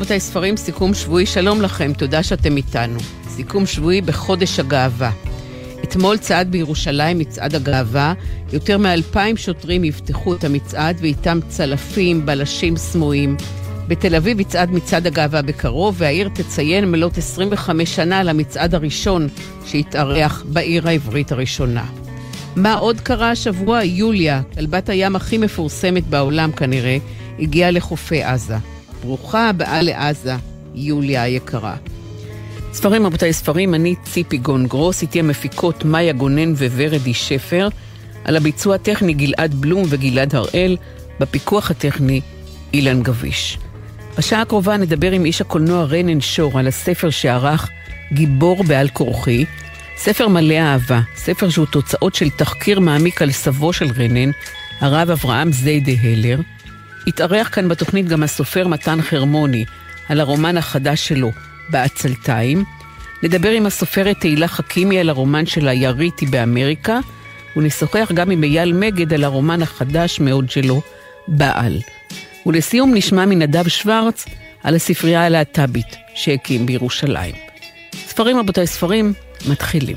רבותיי, ספרים, סיכום שבועי, שלום לכם, תודה שאתם איתנו. סיכום שבועי בחודש הגאווה. אתמול צעד בירושלים מצעד הגאווה, יותר מ2,000 שוטרים יפתחו את המצעד ואיתם צלפים, בלשים סמויים. בתל אביב יצעד מצעד הגאווה בקרוב, והעיר תציין מלאת 25 שנה למצעד הראשון שהתארח בעיר העברית הראשונה. מה עוד קרה השבוע? יוליה, כלבת הים הכי מפורסמת בעולם כנראה, הגיעה לחופי עזה. ברוכה הבאה לעזה, יוליה היקרה. ספרים, רבותיי, ספרים, אני ציפי גונגרוס, איתי המפיקות מאיה גונן ווורדי שפר, על הביצוע הטכני גלעד בלום וגלעד הראל, בפיקוח הטכני אילן גביש. בשעה הקרובה נדבר עם איש הקולנוע רנן שור על הספר שערך גיבור בעל כורחי, ספר מלא אהבה, ספר שהוא תוצאות של תחקיר מעמיק על סבו של רנן, הרב אברהם זיידה הלר. התארח כאן בתוכנית גם הסופר מתן חרמוני על הרומן החדש שלו, בעצלתיים. נדבר עם הסופרת תהילה חכימי על הרומן שלה יריתי באמריקה, ונשוחח גם עם אייל מגד על הרומן החדש מאוד שלו, בעל. ולסיום נשמע מנדב שוורץ על הספרייה הלהט"בית שהקים בירושלים. ספרים, רבותיי, ספרים, מתחילים.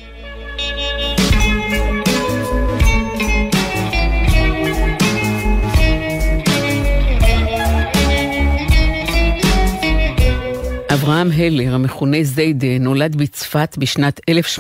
אברהם הלר, המכונה זיידה, נולד בצפת בשנת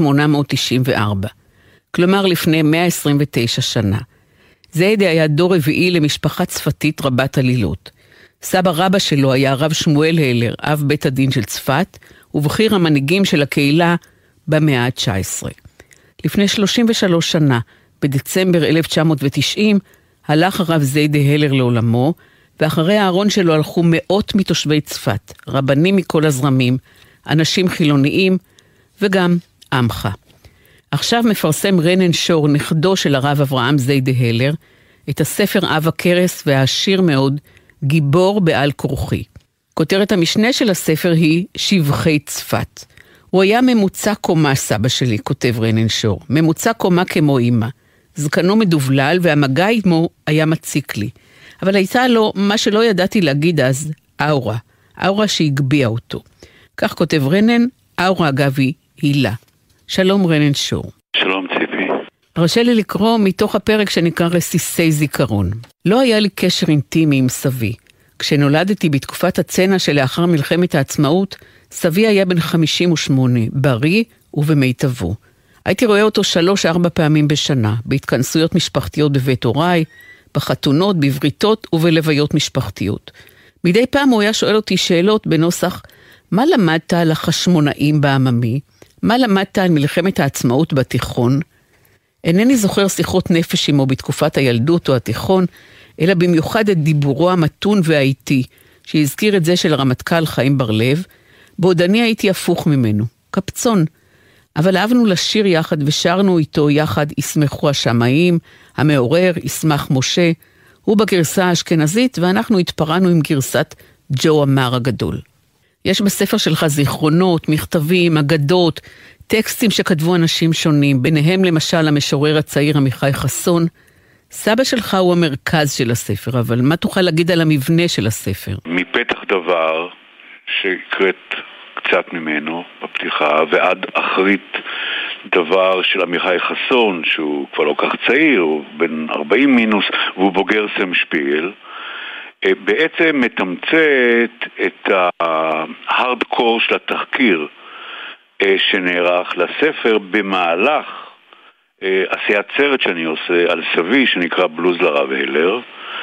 1894, כלומר לפני 129 שנה. זיידה היה דור רביעי למשפחה צפתית רבת עלילות. סבא רבא שלו היה הרב שמואל הלר, אב בית הדין של צפת, ובכיר המנהיגים של הקהילה במאה ה-19. לפני 33 שנה, בדצמבר 1990, הלך הרב זיידה הלר לעולמו, ואחרי הארון שלו הלכו מאות מתושבי צפת, רבנים מכל הזרמים, אנשים חילוניים וגם עמך. עכשיו מפרסם רנן שור, נכדו של הרב אברהם זיידה הלר, את הספר אב הכרס והעשיר מאוד, גיבור בעל כורחי. כותרת המשנה של הספר היא שבחי צפת. הוא היה ממוצע קומה, סבא שלי, כותב רנן שור, ממוצע קומה כמו אמא. זקנו מדובלל והמגע עמו היה מציק לי. אבל הייתה לו מה שלא ידעתי להגיד אז, אורה. אורה שהגביע אותו. כך כותב רנן, אורה אגב היא הילה. שלום רנן שור. שלום ציפי. הרשה לי לקרוא מתוך הפרק שנקרא רסיסי זיכרון. לא היה לי קשר אינטימי עם סבי. כשנולדתי בתקופת הצנע שלאחר מלחמת העצמאות, סבי היה בן 58, בריא ובמיטבו. הייתי רואה אותו 3-4 פעמים בשנה, בהתכנסויות משפחתיות בבית הוריי, בחתונות, בבריתות ובלוויות משפחתיות. מדי פעם הוא היה שואל אותי שאלות בנוסח, מה למדת על החשמונאים בעממי? מה למדת על מלחמת העצמאות בתיכון? אינני זוכר שיחות נפש עמו בתקופת הילדות או התיכון, אלא במיוחד את דיבורו המתון והאיטי, שהזכיר את זה של הרמטכ"ל חיים בר-לב, בעוד אני הייתי הפוך ממנו, קפצון. אבל אהבנו לשיר יחד ושרנו איתו יחד, ישמחו השמיים, המעורר, ישמח משה, הוא בגרסה האשכנזית ואנחנו התפרענו עם גרסת ג'ו אמר הגדול. יש בספר שלך זיכרונות, מכתבים, אגדות, טקסטים שכתבו אנשים שונים, ביניהם למשל המשורר הצעיר עמיחי חסון. סבא שלך הוא המרכז של הספר, אבל מה תוכל להגיד על המבנה של הספר? מפתח דבר שקראת קצת ממנו בפתיחה, ועד אחרית דבר של עמיחי חסון, שהוא כבר לא כך צעיר, הוא בן 40 מינוס, והוא בוגר סמשפיגל, בעצם מתמצת את ההארדקור של התחקיר שנערך לספר במהלך עשיית סרט שאני עושה על סבי שנקרא בלוז לרב הלר,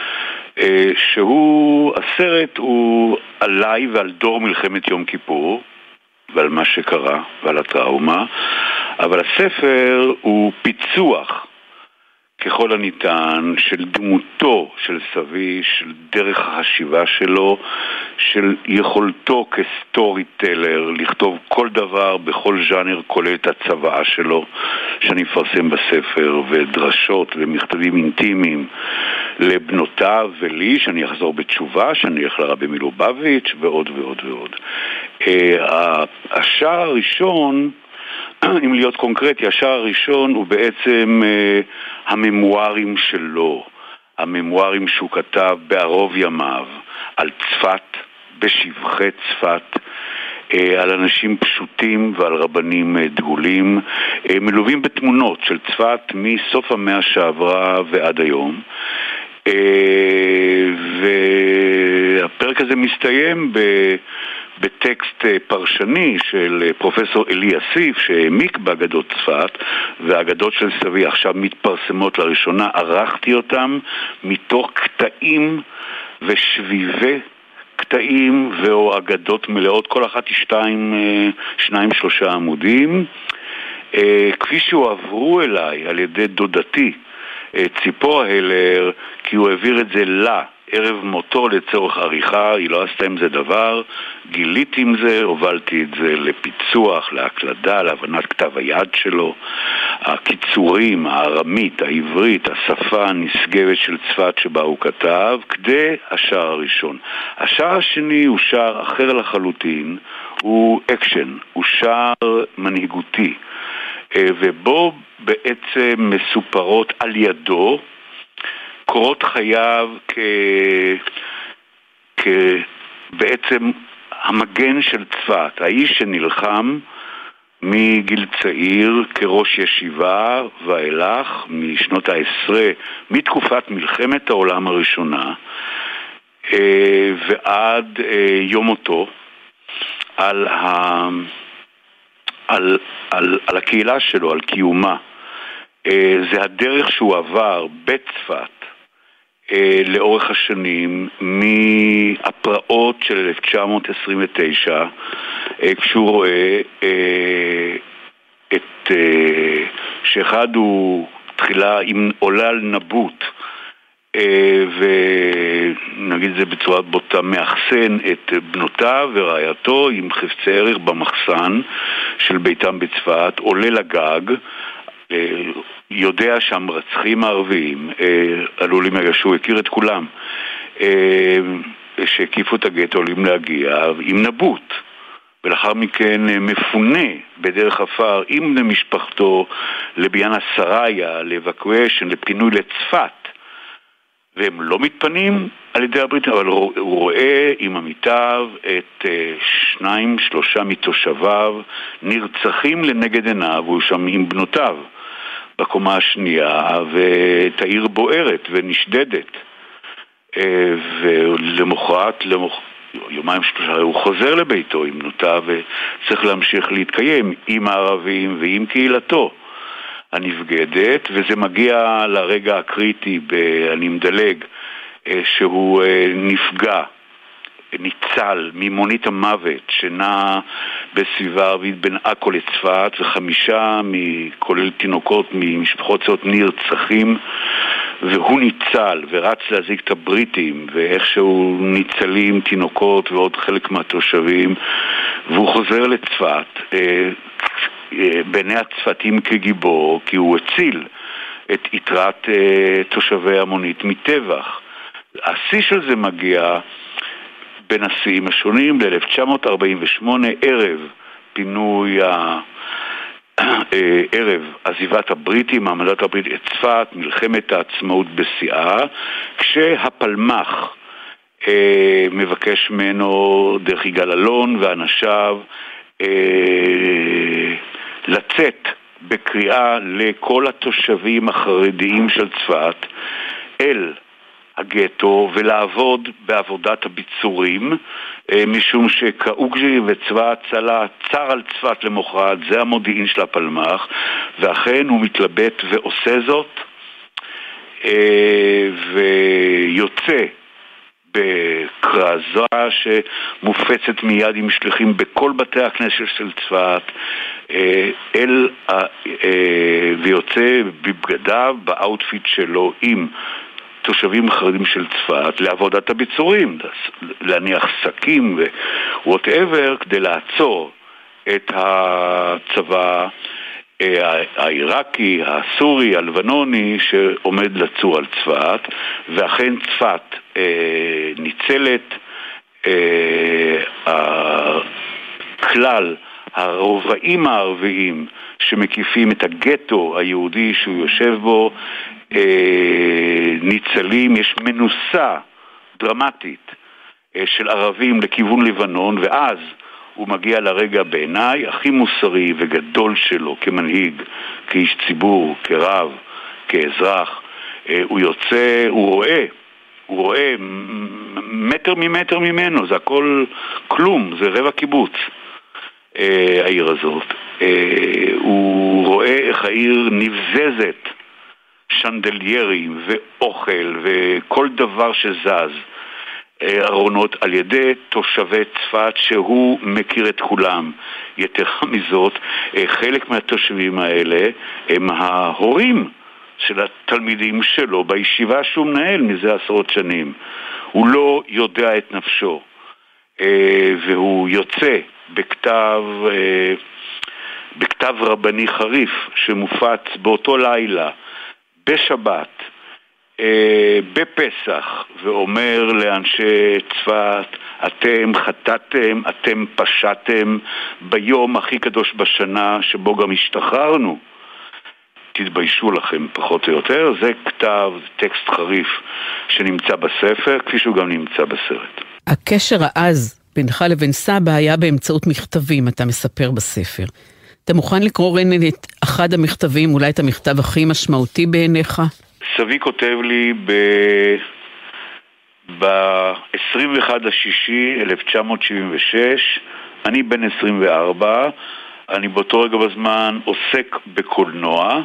שהוא, הסרט הוא עליי ועל דור מלחמת יום כיפור ועל מה שקרה ועל הטראומה, אבל הספר הוא פיצוח ככל הניתן של דמותו של סבי, של דרך החשיבה שלו, של יכולתו כסטורי טלר לכתוב כל דבר בכל ז'אנר, כולל את הצוואה שלו שאני מפרסם בספר, ודרשות ומכתבים אינטימיים לבנותיו ולי, שאני אחזור בתשובה, שאני אלך לרבי מלובביץ' ועוד ועוד ועוד. השער הראשון, אם להיות קונקרטי, השער הראשון הוא בעצם הממוארים שלו, הממוארים שהוא כתב בערוב ימיו על צפת בשבחי צפת, על אנשים פשוטים ועל רבנים דגולים, מלווים בתמונות של צפת מסוף המאה שעברה ועד היום. והפרק הזה מסתיים בטקסט פרשני של פרופסור אלי אסיף שהעמיק באגדות צפת, והאגדות של סבי עכשיו מתפרסמות לראשונה. ערכתי אותם מתוך קטעים ושביבי קטעים ואו אגדות מלאות, כל אחת היא 2-3 עמודים, כפי שהועברו אליי על ידי דודתי ציפור הלר, כי הוא העביר את זה לה ערב מותו לצורך עריכה. היא לא עשתה עם זה דבר, גיליתי עם זה, הובלתי את זה לפיצוח, להקלדה, להבנת כתב היד שלו, הקיצורים, הארמית, העברית, השפה הנשגבת של צפת שבה הוא כתב, כדי השער הראשון. השער השני הוא שער אחר לחלוטין, הוא אקשן, הוא שער מנהיגותי, ובו בעצם מסופרות על ידו קורות חייו בעצם המגן של צפת, האיש שנלחם מגיל צעיר כראש ישיבה ואילך משנות ה-10, מתקופת מלחמת העולם הראשונה ועד יום מותו, על הקהילה שלו, על קיומה. זה הדרך שהוא עבר בצפת לאורך השנים, מהפרעות של 1929, כשהוא רואה שאחד הוא תחילה עולה על נבוט, ונגיד זה בצורה בוטה, מאחסן את בנותיו ורעייתו עם חפצי ערך במחסן של ביתם בצפת, עולה לגג, יודע שהמרצחים הערביים עלולים להגיע, שהוא הכיר את כולם, שהקיפו את הגטו, עולים להגיע עם נבוט, ולאחר מכן מפונה בדרך אפר עם משפחתו לביאנה סריה, לאבקואשן, לפינוי לצפת, והם לא מתפנים על ידי הבריטים, אבל הוא רואה עם עמיתיו את 2-3 מתושביו נרצחים לנגד עיניו, והוא שם עם בנותיו בקומה השנייה, ואת העיר בוערת ונשדדת, ולמחרת, יומיים 3, הוא חוזר לביתו עם בנותיו, וצריך להמשיך להתקיים עם הערבים ועם קהילתו הנבגדת, וזה מגיע לרגע הקריטי, אני מדלג, שהוא נפגע, ניצל ממונית המוות שנע בסביבה ערבית בין עכו לצפת, ו5 כולל תינוקות ממשפחות צעות נרצחים, והוא ניצל ורץ להזיק את הבריטים, ואיכשהו ניצלים תינוקות ועוד חלק מהתושבים, והוא חוזר לצפת בעיני הצפתים כגיבור, כי הוא הציל את יתרת תושבי המונית מטבח. השיא של זה מגיע בין השיאים השונים ל-1948, ערב פינוי ערב עזיבת הבריטים, מעמדת הבריטים את צפת, מלחמת העצמאות בשיאה, כשהפלמ"ח מבקש ממנו דרך יגאל אלון ואנשיו לצאת בקריאה לכל התושבים החרדיים של צפת אל הגטו ולעבוד בעבודת הביצורים, משום שקאוג'י וצבא הצלה צר על צפת למחרת, זה המודיעין של הפלמ"ח, ואכן הוא מתלבט ועושה זאת, ויוצא בקרזה שמופצת מיד עם שליחים בכל בתי הכנסת של צפת, ויוצא בבגדיו, באוטפיט שלו, עם תושבים חרדים של צפת לעבודת הביצורים, להניח סכים ווואטאבר, כדי לעצור את הצבא העיראקי, הסורי, הלבנוני שעומד לצור על צפת. ואכן צפת ניצלת, הכלל הרובעים הערביים שמקיפים את הגטו היהודי שהוא יושב בו ניצלים. יש מנוסה דרמטית של ערבים לכיוון לבנון, ואז הוא מגיע לרגע בעיניי הכי מוסרי וגדול שלו כמנהיג, כאיש ציבור, כרב, כאזרח. הוא יוצא, הוא רואה מטר ממטר ממנו, זה הכל כלום, זה רבע קיבוץ, העיר הזאת. הוא רואה איך העיר נבזזת, שנדליירים ואוכל וכל דבר שזז, ארונות, על ידי תושבי צפת שהוא מכיר את כולם. יתרה מזאת, חלק מהתושבים האלה הם ההורים של התלמידים שלו בישיבה שהוא מנהל מזה עשרות שנים. הוא לא יודע את נפשו, והוא יוצא בכתב רבני חריף שמופץ באותו לילה בשבת בפסח, ואומר לאנשי צפת, אתם חטאתם, אתם פשעתם ביום הכי קדוש בשנה שבו גם השתחררנו, תתביישו לכם, פחות או יותר. זה כתב, טקסט חריף שנמצא בספר, כפי שהוא גם נמצא בסרט. הקשר העז בינך לבין סבא היה באמצעות מכתבים, אתה מספר בספר. אתה מוכן לקרוא רנן את אחד המכתבים, אולי את המכתב הכי משמעותי בעיניך? סבי כותב לי ב-21/6/1976, אני בן 24, אני באותו רגע בזמן עוסק בקולנוע.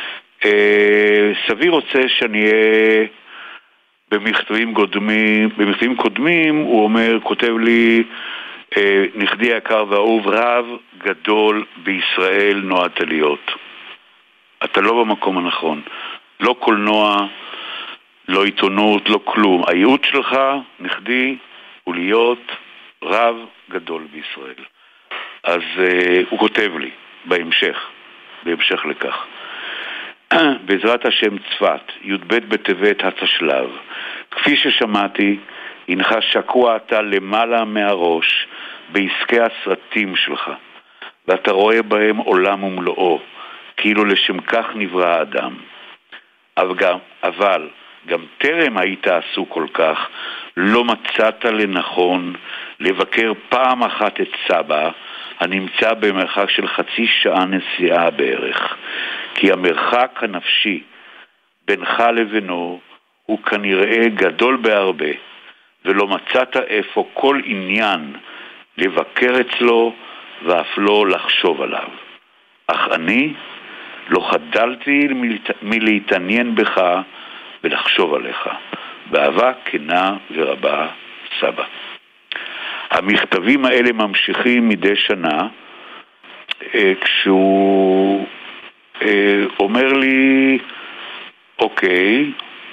סבי רוצה שאני אהיה במכתבים קודמים, הוא אומר, כותב לי, נכדי יקר ואהוב, רב גדול בישראל נועדת להיות. אתה לא במקום הנכון. לא קולנוע, לא עיתונות, לא כלום. הייעוד שלך, נכדי, הוא להיות רב גדול בישראל. אז הוא כותב לי בהמשך לכך. בעזרת השם צפת, י"ב בטבת התשל"ו. כפי ששמעתי, הנך שקוע אתה למעלה מהראש בעסקי הסרטים שלך, ואתה רואה בהם עולם ומלואו, כאילו לשם כך נברא האדם. אבל גם טרם היית עסוק כל כך, לא מצאת לנכון לבקר פעם אחת את סבא, הנמצא במרחק של חצי שעה נסיעה בערך, כי המרחק הנפשי בינך לבינו הוא כנראה גדול בהרבה, ולא מצאת איפה כל עניין לבקר אצלו ואף לא לחשוב עליו. אך אני לא חדלתי מלהתעניין בך ולחשוב עליך. באהבה כנה ורבה, סבא. המכתבים האלה ממשיכים מדי שנה, כשהוא אומר לי, אוקיי,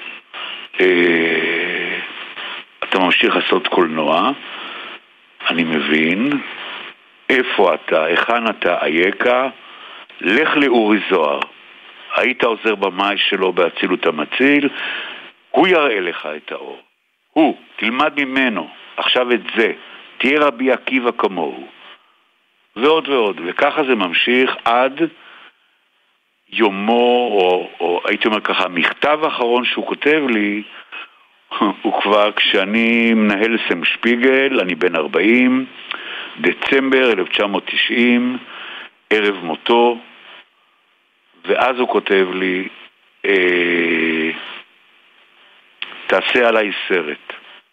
אתה ממשיך לעשות קולנוע, אני מבין, איפה אתה, היכן אתה, אייכה, לך לאורי זוהר, היית עוזר במאי שלו בהצילות המציל, הוא יראה לך את האור, הוא, תלמד ממנו, עכשיו את זה, תהיה רבי עקיבא כמוהו, ועוד ועוד, וככה זה ממשיך עד יומו, או הייתי אומר ככה, המכתב האחרון שהוא כותב לי, הוא כבר כשאני מנהל סם שפיגל, אני בן 40, דצמבר 1990, ערב מותו, ואז הוא כותב לי, תעשה עליי סרט.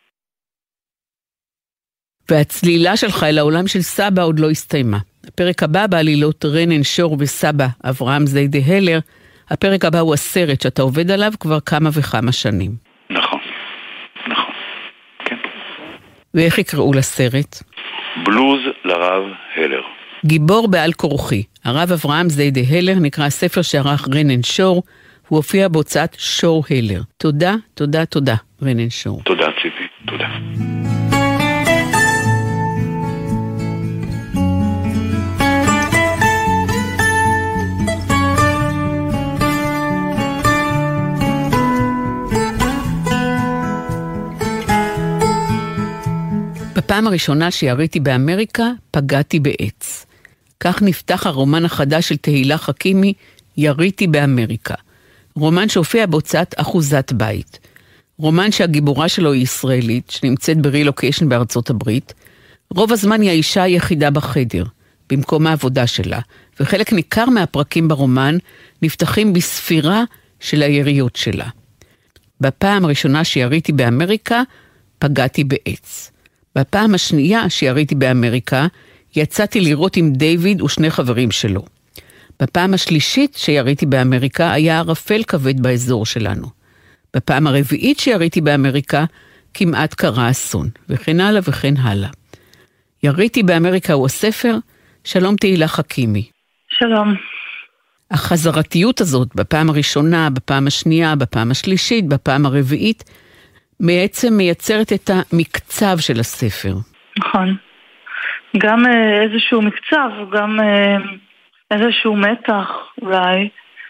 והצלילה שלך אל העולם של סבא עוד לא הסתיימה. הפרק הבא בעלילות רנן שור וסבא אברהם זיידה הלר, הפרק הבא הוא הסרט שאתה עובד עליו כבר כמה וכמה שנים. נכון, כן. ואיך יקראו לסרט? בלוז לרב הלר. גיבור בעל כורחי. הרב אברהם זיידה הלר נקרא הספר שערך רנן שור, הוא הופיע בהוצאת שור הלר. תודה, תודה, תודה, רנן שור. תודה ציפי, תודה. בפעם הראשונה שיריתי באמריקה, פגעתי בעץ. כך נפתח הרומן החדש של תהילה חכימי, יריתי באמריקה. רומן שהופיע בהוצאת אחוזת בית. רומן שהגיבורה שלו היא ישראלית, שנמצאת ברילוקיישן בארצות הברית. רוב הזמן היא האישה היחידה בחדר, במקום העבודה שלה, וחלק ניכר מהפרקים ברומן נפתחים בספירה של היריות שלה. בפעם הראשונה שיריתי באמריקה, פגעתי בעץ. בפעם השנייה שיריתי באמריקה, יצאתי לירות עם דיוויד ושני חברים שלו. בפעם השלישית שיריתי באמריקה, היה ערפל כבד באזור שלנו. בפעם הרביעית שיריתי באמריקה, כמעט קרה אסון, וכן הלאה וכן הלאה. יריתי באמריקה הוא הספר, שלום תהילה חכימי. שלום. החזרתיות הזאת, בפעם הראשונה, בפעם השנייה, בפעם השלישית, בפעם הרביעית, בעצם מייצרת את המקצב של הספר. נכון. גם איזשהו מקצב, גם איזשהו מתח אולי,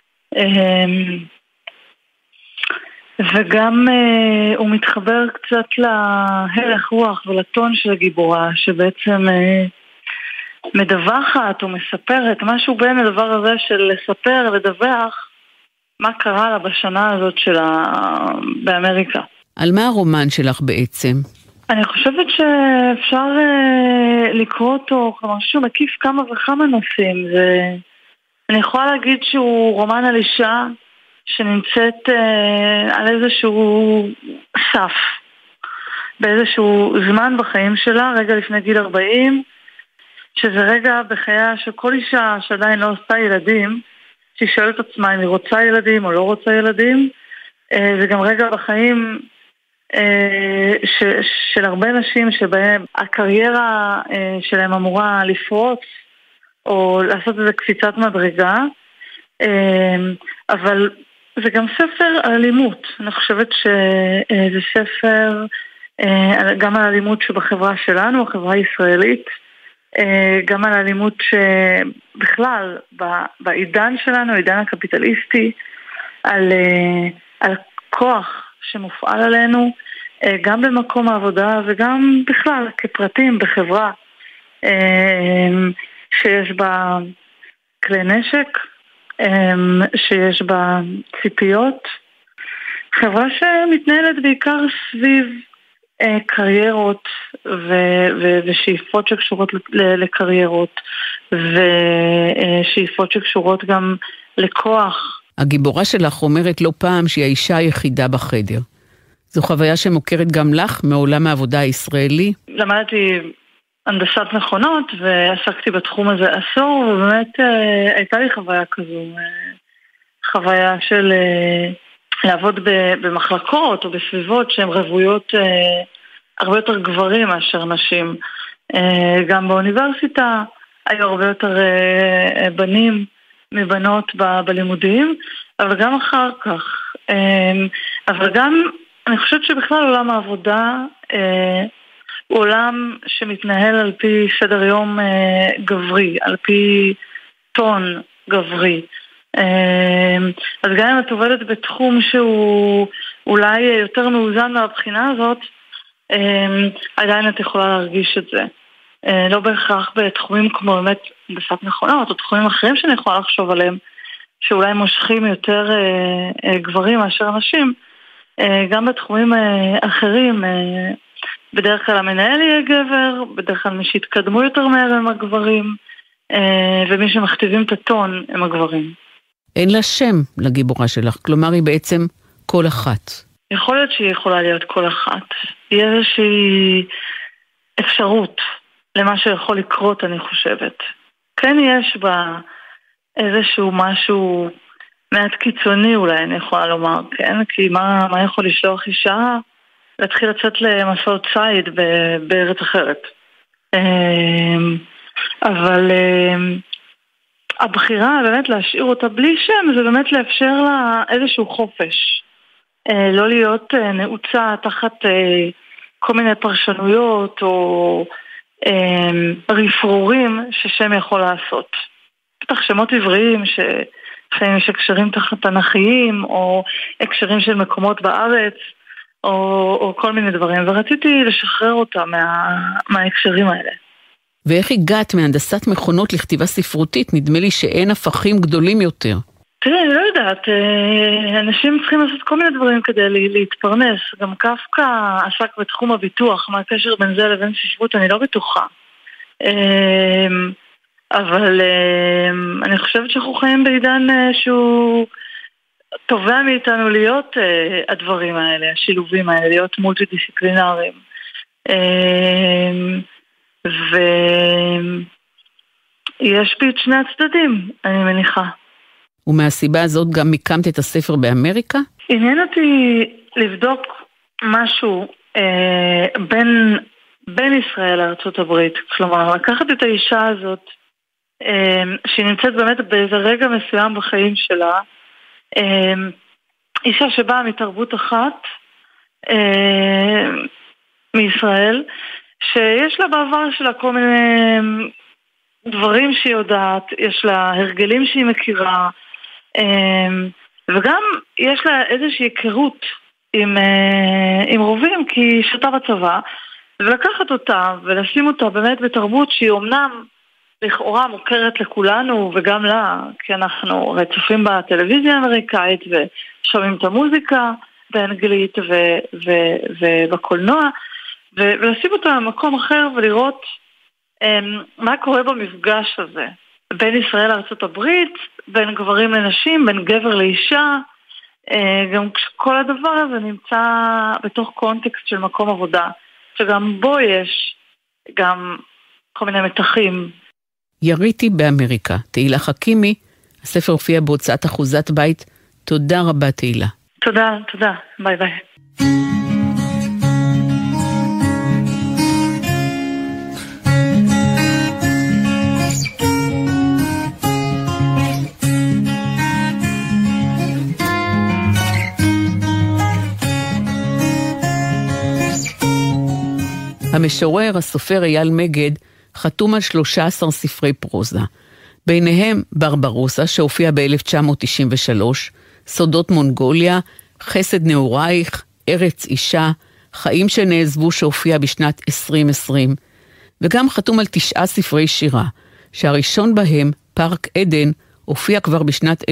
וגם הוא מתחבר קצת להלך רוח ולטון של הגיבורה, שבעצם מדווחת או מספרת, משהו בין הדבר הזה של לספר, לדווח, מה קרה לה בשנה הזאת שלה באמריקה. על מה הרומן שלך בעצם? אני חושבת שאפשר לקרוא אותו, כלומר שהוא מקיף כמה וכמה נושאים. אני יכולה להגיד שהוא רומן על אישה שנמצאת על איזשהו סף, באיזשהו זמן בחיים שלה, רגע לפני גיל 40, שזה רגע בחייה של כל אישה שעדיין לא עשתה ילדים, שהיא שואלת עצמה אם היא רוצה ילדים או לא רוצה ילדים. זה גם רגע בחיים של הרבה נשים שבהם הקריירה שלהם אמורה לפרוץ או לעשות איזו קפיצת מדרגה, אבל זה גם ספר על אלימות. אני חושבת שזה ספר גם על אלימות שבחברה שלנו, החברה הישראלית, גם על אלימות שבכלל בעידן שלנו, העידן הקפיטליסטי, על כוח שמופעל עלינו, גם במקום העבודה וגם בכלל כפרטים בחברה שיש בה כלי נשק, שיש בה ציפיות, חברה שמתנהלת בעיקר סביב קריירות ושאיפות שקשורות לקריירות ושאיפות שקשורות גם לכוח. הגיבורה שלך אומרת לא פעם שהיא האישה היחידה בחדר. זו חוויה שמוכרת גם לך מעולם העבודה הישראלי? למדתי הנדסת מכונות ועסקתי בתחום הזה עשור, ובאמת הייתה לי חוויה כזו, חוויה של לעבוד במחלקות או בסביבות שהן רבויות הרבה יותר גברים מאשר נשים. גם באוניברסיטה היו הרבה יותר בנים מבנות בלימודים, אבל גם אחר כך. אבל גם אני חושבת שבכלל עולם העבודה הוא עולם שמתנהל על פי סדר יום גברי, על פי טון גברי. אז גם אם את עובדת בתחום שהוא אולי יותר מאוזן מהבחינה הזאת, עדיין את יכולה להרגיש את זה. לא בהכרח בתחומים כמו באמת הנדסת מכונות או תחומים אחרים שאני יכולה לחשוב עליהם, שאולי מושכים יותר גברים מאשר נשים. גם בתחומים אחרים, בדרך כלל המנהל יהיה גבר, בדרך כלל מי שהתקדמו יותר מהר הם הגברים, ומי שמכתיבים את הטון הם הגברים. אין לה שם לגיבורה שלך, כלומר היא בעצם כל אחת. יכול להיות שהיא יכולה להיות כל אחת. היא איזושהי אפשרות למה שיכול לקרות, אני חושבת. כן יש בה איזשהו משהו מעט קיצוני אולי, אני יכולה לומר, כן? כי מה יכול לשלוח אישה להתחיל לצאת למסעות ציד בארץ אחרת. אבל הבחירה באמת להשאיר אותה בלי שם, זה באמת לאפשר לה איזשהו חופש. לא להיות נעוצה תחת כל מיני פרשנויות או רפרורים ששם יכול לעשות. בטח שמות עבריים לפעמים יש הקשרים תחת תנכיים, או הקשרים של מקומות בארץ, או כל מיני דברים, ורציתי לשחרר אותה מההקשרים האלה. ואיך הגעת מהנדסת מכונות לכתיבה ספרותית? נדמה לי שאין הפכים גדולים יותר. תראי, אני לא יודעת. יודעת, אנשים צריכים לעשות כל מיני דברים כדי להתפרנס. גם קפקא עסק בתחום הביטוח, מה הקשר בין זה לבין ספרות אני לא בטוחה. אבל אני חושבת שאנחנו חיים בעידן שהוא תובע מאיתנו להיות הדברים האלה, השילובים האלה, להיות מולטי-דיסציפלינריים. ויש בי את שני הצדדים, אני מניחה. ומהסיבה הזאת גם מיקמת את הספר באמריקה? עניין אותי לבדוק משהו בין ישראל לארצות הברית. כלומר, לקחת את האישה הזאת, שהיא נמצאת באמת באיזה רגע מסוים בחיים שלה, אישה שבאה מתרבות אחת מישראל, שיש לה בעבר שלה כל מיני דברים שהיא יודעת, יש לה הרגלים שהיא מכירה, וגם יש לה איזושהי היכרות עם רובים, כי היא שתה בצבא, ולקחת אותה ולשים אותה באמת בתרבות שהיא אומנם לכאורה מוכרת לכולנו וגם לה, כי אנחנו רצופים בטלוויזיה האמריקאית ושומעים את המוזיקה באנגלית ובקולנוע, ולשים אותה במקום אחר ולראות מה קורה במפגש הזה בין ישראל לארצות הברית, בין גברים לנשים, בין גבר לאישה, גם כל הדבר הזה נמצא בתוך קונטקסט של מקום עבודה, שגם בו יש גם כל מיני מתחים. יריתי באמריקה, תהילה חכימי, הספר הופיע בהוצאת אחוזת בית. תודה רבה תהילה. תודה, ביי ביי. המשורר, הסופר אייל מגד, חתום על 13 ספרי פרוזה. ביניהם ברברוסה, שהופיע ב-1993, סודות מונגוליה, חסד נעורייך, ארץ אישה, חיים שנעזבו שהופיע בשנת 2020, וגם חתום על 9 ספרי שירה, שהראשון בהם, פארק עדן, הופיע כבר בשנת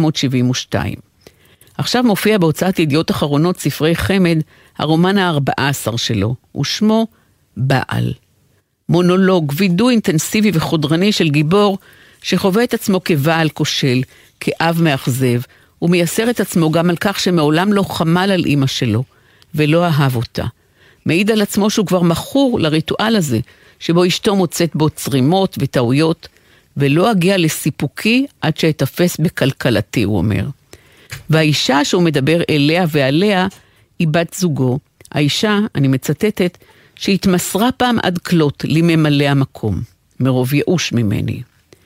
1972. עכשיו מופיע בהוצאת ידיעות אחרונות ספרי חמד, הרומן ה-14 שלו, ושמו בעל. מונולוג, וידוי אינטנסיבי וחודרני של גיבור שחווה את עצמו כבעל כושל, כאב מאכזב, ומייסר את עצמו גם על כך שמעולם לא חמל על אמא שלו, ולא אהב אותה. מעיד על עצמו שהוא כבר מכור לריטואל הזה, שבו אשתו מוצאת בו צרימות וטעויות, ולא אגיע לסיפוקי עד שאתפס בכלכלתי, הוא אומר. והאישה שהוא מדבר אליה ועליה, היא בת זוגו. האישה, אני מצטטת, שהתמסרה פעם עד כלות לממלא המקום, מרוב ייאוש ממני.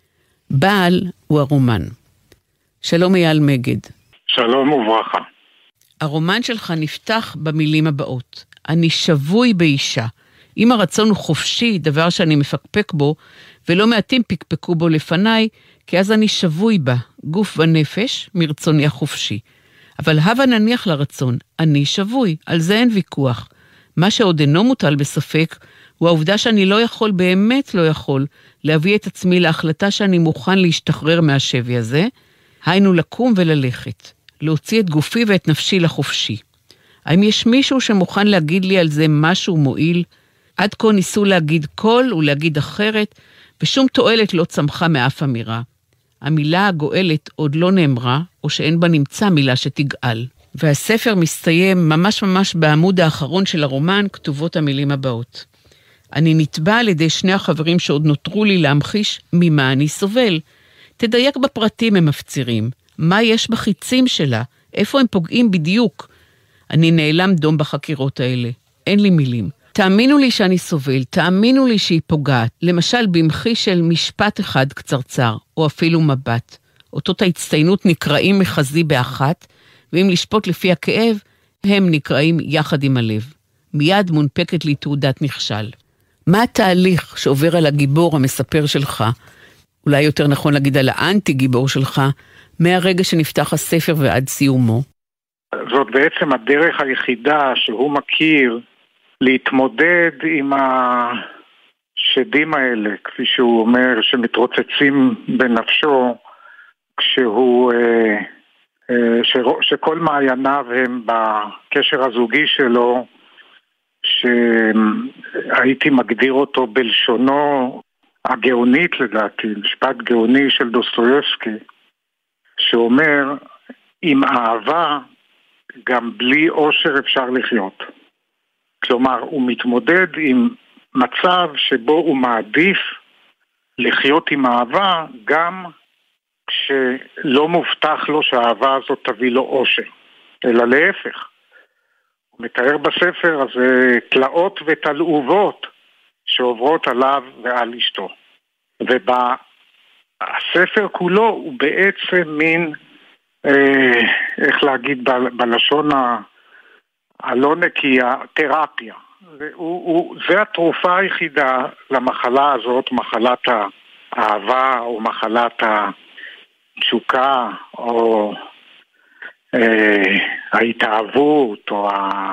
בעל הוא הרומן. שלום אייל מגד. שלום וברכה. הרומן שלך נפתח במילים הבאות. אני שבוי באישה. אם הרצון הוא חופשי, דבר שאני מפקפק בו, ולא מעטים פקפקו בו לפניי, כי אז אני שבוי בה, גוף ונפש, מרצוני החופשי. אבל הבה נניח לרצון, אני שבוי, על זה אין ויכוח. מה שעוד אינו מוטל בספק, הוא העובדה שאני לא יכול, באמת לא יכול, להביא את עצמי להחלטה שאני מוכן להשתחרר מהשבי הזה, היינו לקום וללכת, להוציא את גופי ואת נפשי לחופשי. האם יש מישהו שמוכן להגיד לי על זה משהו מועיל? עד כה ניסו להגיד כל ולהגיד אחרת, ושום תועלת לא צמחה מאף אמירה. המילה הגואלת עוד לא נאמרה, או שאין בה נמצא מילה שתגאל. והספר מסתיים ממש בעמוד האחרון של הרומן, כתובות המילים הבאות. אני נתבע על ידי שני החברים שעוד נותרו לי להמחיש ממה אני סובל. תדייק בפרטים, הם מפצירים. מה יש בחיצים שלה? איפה הם פוגעים בדיוק? אני נעלם דום בחקירות האלה. אין לי מילים. תאמינו לי שאני סובל, תאמינו לי שהיא פוגעת. למשל, במחי של משפט אחד קצרצר, או אפילו מבט. אותות ההצטיינות נקראים מחזי באחת, ואם לשפוט לפי הכאב, הם נקראים יחד עם הלב. מיד מונפקת לי תעודת נכשל. מה התהליך שעובר על הגיבור המספר שלך, אולי יותר נכון להגיד על האנטי גיבור שלך, מהרגע שנפתח הספר ועד סיומו? זאת בעצם הדרך היחידה שהוא מכיר להתמודד עם השדים האלה, כפי שהוא אומר, שמתרוצצים בנפשו, כשהוא שכל מעייניו הם בקשר הזוגי שלו, שהייתי מגדיר אותו בלשונו הגאונית לדעתי, משפט גאוני של דוסטויבסקי, שאומר, עם אהבה גם בלי אושר אפשר לחיות. כלומר, הוא מתמודד עם מצב שבו הוא מעדיף לחיות עם אהבה, גם כשלא מובטח לו שהאהבה הזאת תביא לו אושר, אלא להפך. הוא מתאר בספר הזה תלאות ותלעובות שעוברות עליו ועל אשתו. ובספר כולו הוא בעצם מין, איך להגיד בלשון הלא נקייה, תרפיה. זה התרופה היחידה למחלה הזאת, מחלת האהבה או מחלת התשוקה או ההתאהבות או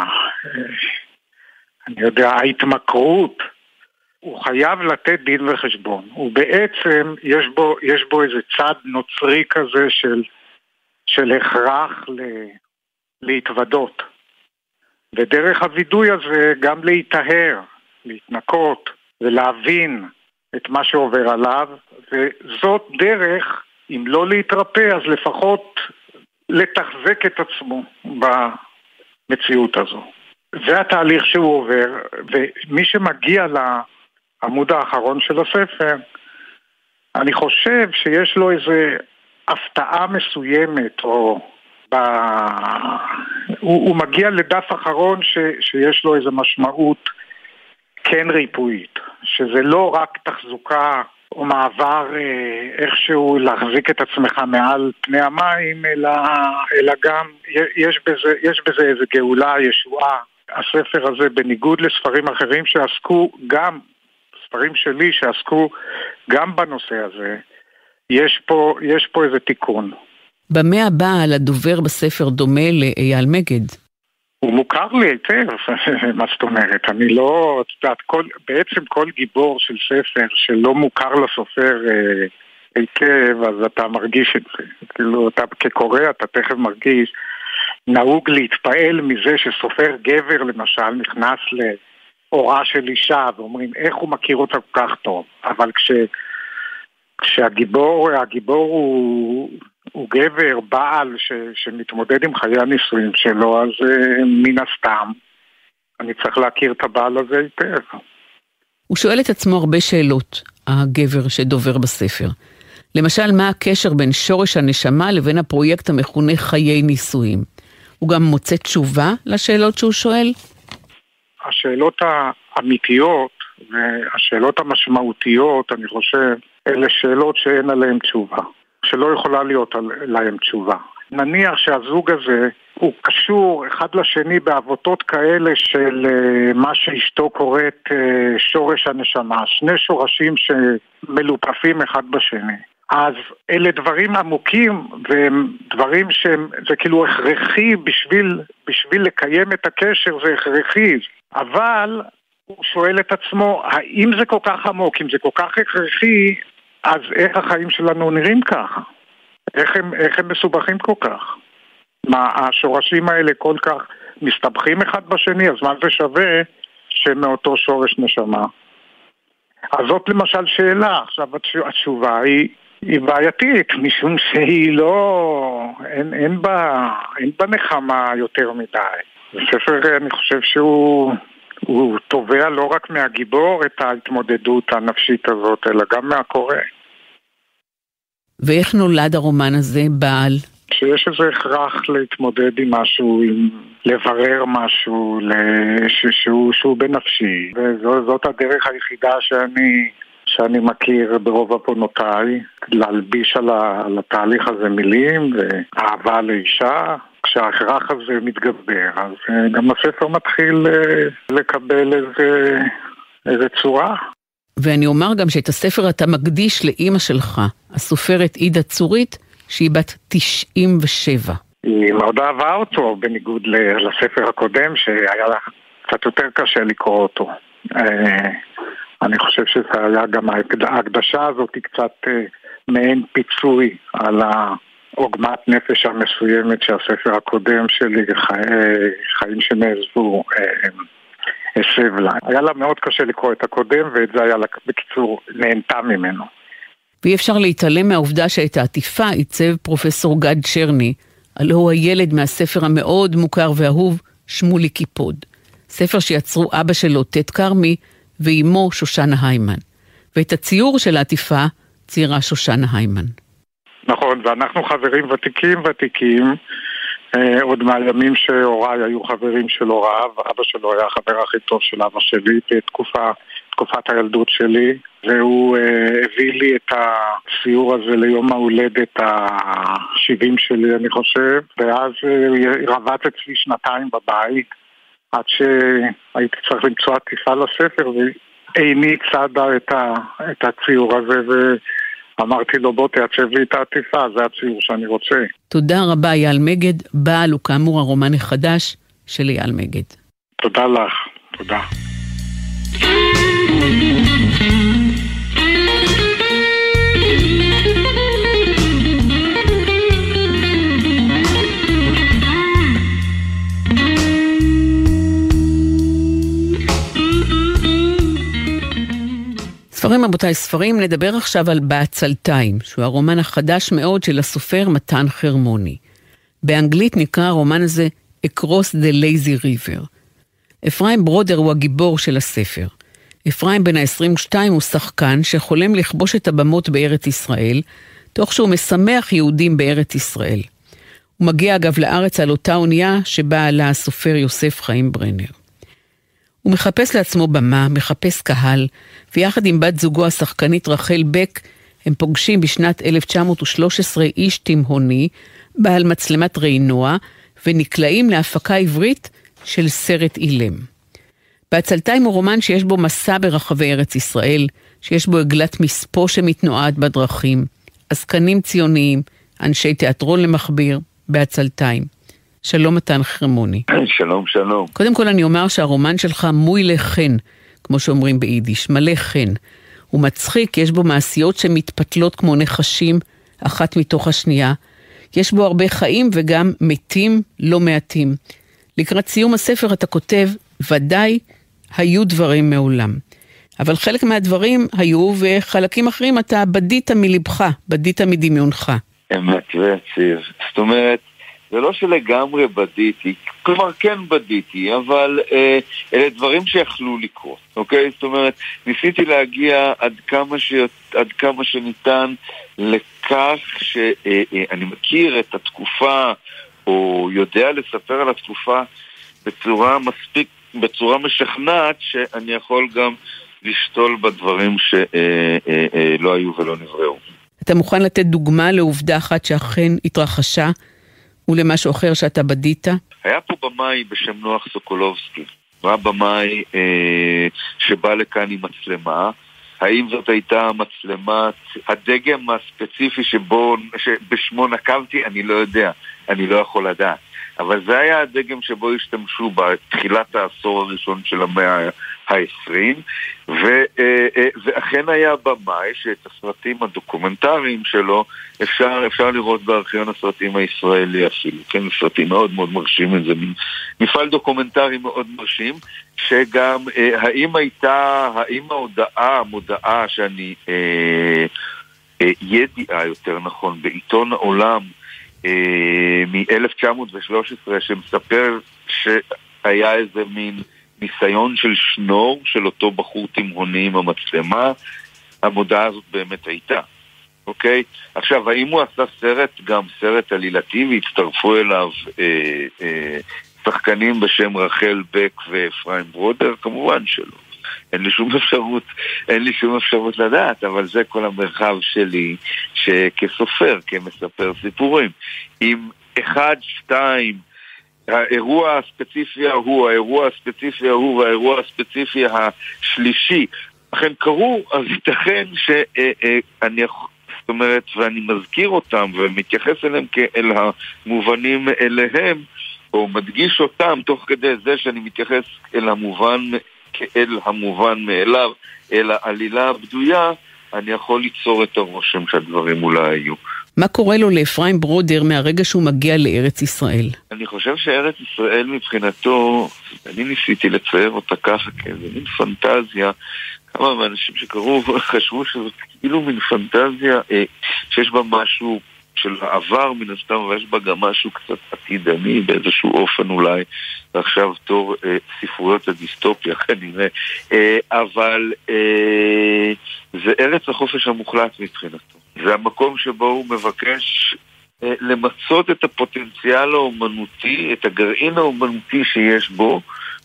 אני יודע, ההתמכרות. הוא חייב לתת דין וחשבון. הוא בעצם, יש בו איזה צד נוצרי כזה של הכרח להתוודות. ודרך הוידוי הזה גם להתאהר, להתנקות ולהבין את מה שעובר עליו, וזאת דרך, אם לא להתרפא, אז לפחות לתחזק את עצמו במציאות הזו. זה התהליך שהוא עובר, ומי שמגיע לעמוד האחרון של הספר, אני חושב שיש לו איזה הפתעה מסוימת, או הוא מגיע לדף אחרון שיש לו איזו משמעות כן ריפואית, שזה לא רק תחזוקה או מעבר איכשהו להחזיק את עצמך מעל פני המים, אלא גם יש בזה איזו גאולה, ישועה. הספר הזה, בניגוד לספרים אחרים שעסקו, גם ספרים שלי שעסקו גם בנושא הזה, יש פה איזה תיקון. במה הבא לדובר בספר דומה לאייל מגד? הוא מוכר לי היטב, מה זאת אומרת, אני לא, בעצם כל גיבור של ספר שלא מוכר לסופר היטב, אז אתה מרגיש את זה. כאילו, אתה כקורא, אתה תכף מרגיש, נהוג להתפעל מזה שסופר גבר, למשל, נכנס לאורה של אישה, ואומרים, איך הוא מכיר אותה כל כך טוב? אבל כשהגיבור הוא גבר, בעל שמתמודד עם חיי הנישואים שלו, אז מן הסתם אני צריך להכיר את הבעל הזה היטב. הוא שואל את עצמו הרבה שאלות, הגבר שדובר בספר. למשל, מה הקשר בין שורש הנשמה לבין הפרויקט המכונה חיי נישואים? הוא גם מוצא תשובה לשאלות שהוא שואל? השאלות האמיתיות והשאלות המשמעותיות, אני חושב, אלה שאלות שאין עליהן תשובה. שלא יכולה להיות להם תשובה. נניח שהזוג הזה הוא קשור אחד לשני בעבותות כאלה של מה שאשתו קוראת שורש הנשמה, שני שורשים שמלופפים אחד בשני. אז אלה דברים עמוקים, והם דברים זה כאילו הכרחי בשביל לקיים את הקשר, זה הכרחי. אבל הוא שואל את עצמו, האם זה כל כך עמוק, אם זה כל כך הכרחי, אז איך החיים שלנו נראים ככה? איך הם מסובכים כל כך? מה, השורשים האלה כל כך מסתבכים אחד בשני, אז מה זה שווה שמאותו שורש נשמה? אז זאת למשל שאלה. עכשיו התשובה היא בעייתית, משום שהיא לא, אין בה נחמה יותר מדי. הספר, אני חושב הוא תובע לא רק מהגיבור את ההתמודדות הנפשית הזאת, אלא גם מהקורא. ואיך נולד הרומן הזה, בעל? שיש איזה הכרח להתמודד עם משהו, לברר משהו שהוא בנפשי. וזאת הדרך היחידה שאני מכיר ברוב הפונותיי, להלביש על התהליך הזה מילים ואהבה לאישה. כשההכרח הזה מתגבר, אז גם הספר מתחיל לקבל איזה צורה. ואני אומר גם שאת הספר אתה מקדיש לאמא שלך, הסופרת עידה צורית, שהיא בת 97. היא מאוד אהבה אותו, בניגוד לספר הקודם, שהיה לה קצת יותר קשה לקרוא אותו. אני חושב שזה היה גם ההקדשה הזאת, היא קצת מעין פיצוי עוגמת נפש המסוימת שהספר הקודם שלי, חיים שנעזבו, הסב לה. היה לה מאוד קשה לקרוא את הקודם, ואת זה היה לה בקיצור נהנתה ממנו. ואי אפשר להתעלם מהעובדה שאת העטיפה עיצב פרופסור גד צ'רני, הלא הוא הילד מהספר המאוד מוכר ואהוב שמולי קיפוד. ספר שיצרו אבא שלו טט קרמי ואימו שושנה היימן. ואת הציור של העטיפה ציירה שושנה היימן. נכון, ואנחנו חברים ותיקים, עוד מהימים שהוריי היו חברים של הוריו, אבא שלו היה החבר הכי טוב של אבא שלי בתקופת הילדות שלי, והוא הביא לי את הציור הזה ליום ההולדת ה-70 שלי אני חושב, ואז רבץ אצלי שנתיים בבית, עד שהייתי צריך למצוא עטיפה לספר, ועיני צדה את הציור הזה, אמרתי לו בוא תעצב לי את העטיפה, זה הציור שאני רוצה. תודה רבה אייל מגד, בעל וכאמור הרומן החדש של אייל מגד. תודה לך, תודה. ספרים רבותיי, ספרים, נדבר עכשיו על בעצלתיים, שהוא הרומן החדש מאוד של הסופר מתן חרמוני. באנגלית נקרא הרומן הזה Across the Lazy River. אפרים ברודר הוא הגיבור של הספר. אפרים בן ה-22 הוא שחקן שחולם לכבוש את הבמות בארץ ישראל, תוך שהוא משמח יהודים בארץ ישראל. הוא מגיע אגב לארץ על אותה אונייה שבה עלה הסופר יוסף חיים ברנר. הוא מחפש לעצמו במה, מחפש קהל, ויחד עם בת זוגו השחקנית רחל בק, הם פוגשים בשנת 1913 איש תימהוני, בעל מצלמת רעינוע, ונקלעים להפקה עברית של סרט אילם. בעצלתיים הוא רומן שיש בו מסע ברחבי ארץ ישראל, שיש בו עגלת מספו שמתנועד בדרכים, עסקנים ציוניים, אנשי תיאטרון למחביר, בעצלתיים. שלום מתן חרמוני. שלום, שלום. קודם כל אני אומר שהרומן שלך מוי לחן, כמו שאומרים ביידיש, מלא חן. הוא מצחיק, יש בו מעשיות שמתפתלות כמו נחשים, אחת מתוך השנייה. יש בו הרבה חיים וגם מתים לא מעטים. לקראת סיום הספר אתה כותב, ודאי היו דברים מעולם. אבל חלק מהדברים היו, וחלקים אחרים אתה בדית מלבך, בדית מדמיונך. אמת ויציב. זאת אומרת, זה לא שלגמרי בדיתי, כלומר כן בדיתי, אבל אלה דברים שיכלו לקרות, אוקיי? זאת אומרת, ניסיתי להגיע עד כמה שניתן לכך שאני מכיר את התקופה, או יודע לספר על התקופה בצורה משכנעת, שאני יכול גם לשתול בדברים שלא היו ולא נבראו. אתה מוכן לתת דוגמה לעובדה אחת שאכן התרחשה, ולמשהו אחר שאתה בדית? היה פה במאי בשם נוח סוקולובסקי. הוא היה במאי שבא לכאן עם מצלמה. האם זאת הייתה מצלמת הדגם הספציפי שבשמו נקבתי? אני לא יודע. אני לא יכול לדעת. אבל זה היה הדגם שבו השתמשו בתחילת העשור הראשון של המאה ה-20, ואכן היה במאי שאת הסרטים הדוקומנטריים שלו אפשר לראות בארכיון הסרטים הישראלי אפילו, כן, סרטים מאוד מאוד מרשים, זה מפעל דוקומנטרי מאוד מרשים, שגם האם המודעה שאני ידיעה יותר נכון בעיתון העולם מ-1913 שמספר שהיה איזה מין ניסיון של שנור של אותו בחור תימהוני עם המצלמה, המודעה הזאת באמת הייתה. אוקיי? עכשיו, האם הוא עשה סרט, גם סרט עלילתי, והצטרפו אליו שחקנים בשם רחל בק ואפרים ברודר? כמובן שלא. אין לי שום אפשרות לדעת, אבל זה כל המרחב שלי שכסופר, כמספר סיפורים. אם 1, 2, האירוע הספציפי ההוא, האירוע הספציפי ההוא והאירוע הספציפי השלישי אכן קרו, אז ייתכן שאני זאת אומרת, ואני מזכיר אותם ומתייחס אליהם כאל המובנים אליהם, או מדגיש אותם תוך כדי זה שאני מתייחס כאל המובן מאליו, אל העלילה הבדויה, אני יכול ליצור את הרושם שהדברים אולי היו. מה קורה לו לאפרים ברודר מהרגע שהוא מגיע לארץ ישראל? אני חושב שארץ ישראל מבחינתו, אני ניסיתי לצייר אותה ככה כאיזה מין פנטזיה, כמה מהאנשים שקראו חשבו שזאת כאילו מין פנטזיה שיש בה משהו של העבר מן הסתם, ויש בה גם משהו קצת עתידני באיזשהו אופן אולי, ועכשיו תור ספרויות הדיסטופיה כנראה, אבל זה ארץ החופש המוחלט מבחינתו. זה המקום שבו הוא מבקש למצות את הפוטנציאל האומנותי, את הגרעין האומנותי שיש בו,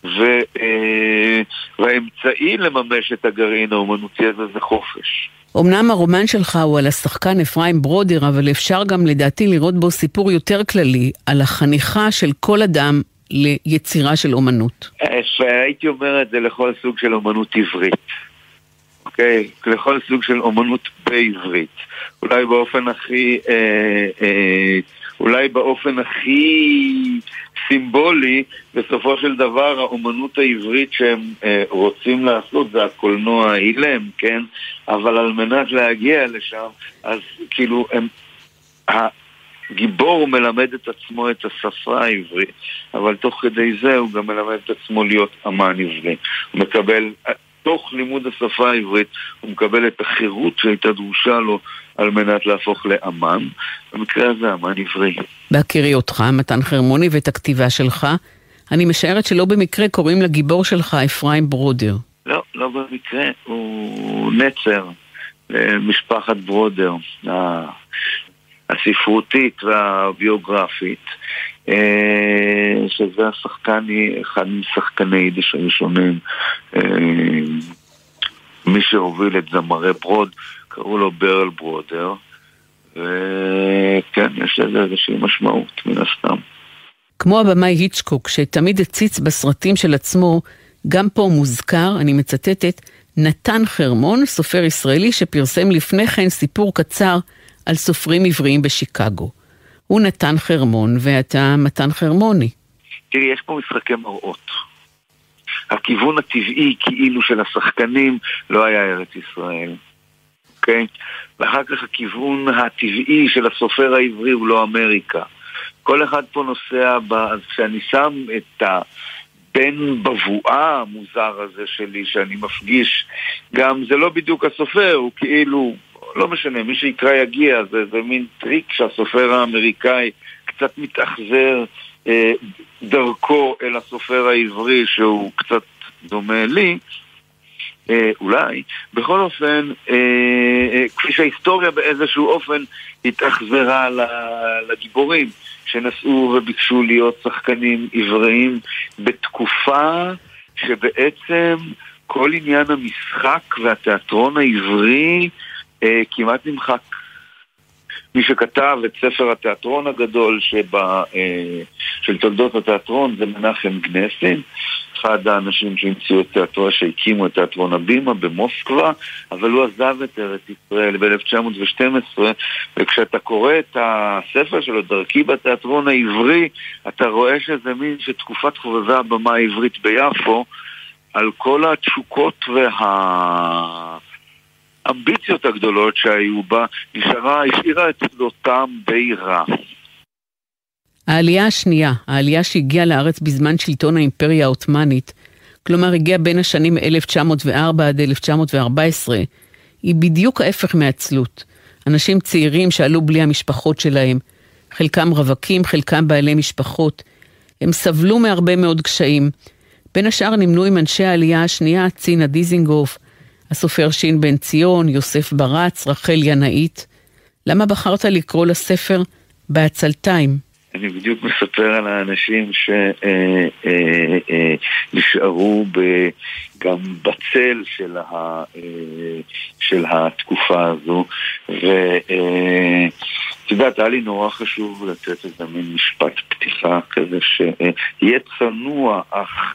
והאמצעי לממש את הגרעין האומנותי הזה זה חופש. אמנם הרומן שלך הוא על השחקן אפרים ברודר, אבל אפשר גם לדעתי לראות בו סיפור יותר כללי, על החניכה של כל אדם ליצירה של אומנות. הייתי אומר את זה לכל סוג של אומנות עברית. אוקיי? לכל סוג של אומנות בעברית. אולי באופן הכי סימבולי, בסופו של דבר האומנות העברית שהם רוצים לעשות זה הקולנוע האילם, כן? אבל על מנת להגיע לשם, אז כאילו הגיבור מלמד את עצמו את השפה העברית, אבל תוך כדי זה הוא גם מלמד את עצמו להיות אמן עברי. הוא מקבל, תוך לימוד השפה העברית, הוא מקבל את החירות שהייתה דרושה לו על מנת להפוך לאמן. במקרה הזה אמן עברי. בהכירי אותך, מתן חרמוני, ואת הכתיבה שלך, אני משערת שלא במקרה קוראים לגיבור שלך אפרים ברודר. לא במקרה, הוא נצר למשפחת ברודר, הספרותית והביוגרפית, שזה השחקן, אחד משחקני יידיש הראשונים, מי שהוביל את זמרי ברוד, קראו לו ברל ברודר, וכן, יש לזה איזושהי משמעות מן הסתם. כמו הבמאי היצ'קוק, שתמיד הציץ בסרטים של עצמו, גם פה מוזכר, אני מצטטת, נתן חרמון, סופר ישראלי שפרסם לפני כן סיפור קצר על סופרים עבריים בשיקגו. הוא נתן חרמון ואתה מתן חרמוני. תראי, יש פה משחקי מראות. הכיוון הטבעי כאילו של השחקנים לא היה ארץ ישראל. אוקיי? ואחר כך הכיוון הטבעי של הסופר העברי הוא לא אמריקה. כל אחד פה נוסע, אז כשאני שם את הבן בבואה המוזר הזה שלי שאני מפגיש, גם זה לא בדיוק הסופר, הוא כאילו, לא משנה, מי שיקרא יגיע, זה מין טריק שהסופר האמריקאי קצת מתאכזר דרכו אל הסופר העברי שהוא קצת דומה לי, אולי. בכל אופן, כפי שההיסטוריה באיזשהו אופן התאכזרה לגיבורים שנסעו וביקשו להיות שחקנים עבריים בתקופה שבעצם כל עניין המשחק והתיאטרון העברי כמעט נמחק. מי שכתב את ספר התיאטרון הגדול של תולדות התיאטרון זה מנחם גנסין, אחד האנשים שהמציאו את תיאטרון, שהקימו את תיאטרון הבימה במוסקבה, אבל הוא עזב את ארץ ישראל ב-1912, וכשאתה קורא את הספר שלו, דרכי בתיאטרון העברי, אתה רואה שזה מין שתקופת חובבי הבמה העברית ביפו, על כל התשוקות האמביציות הגדולות שהיו בה, השאירה את אותם בירה. העלייה השנייה, העלייה שהגיעה לארץ בזמן שלטון האימפריה העות'מאנית, כלומר הגיעה בין השנים 1904 עד 1914, היא בדיוק ההפך מעצלות. אנשים צעירים שעלו בלי המשפחות שלהם, חלקם רווקים, חלקם בעלי משפחות, הם סבלו מהרבה מאוד קשיים. בין השאר נמנו עם אנשי העלייה השנייה, צינה דיזינגוף, הסופר שין בן ציון, יוסף ברץ, רחל ינאית. למה בחרת לקרוא לספר בעצלתיים? אני בדיוק מספר על האנשים שנשארו גם בצל של התקופה הזו, ואת יודעת, היה לי נורא חשוב לתת איזה מין משפט פתיחה כזה שיהיה צנוע, אך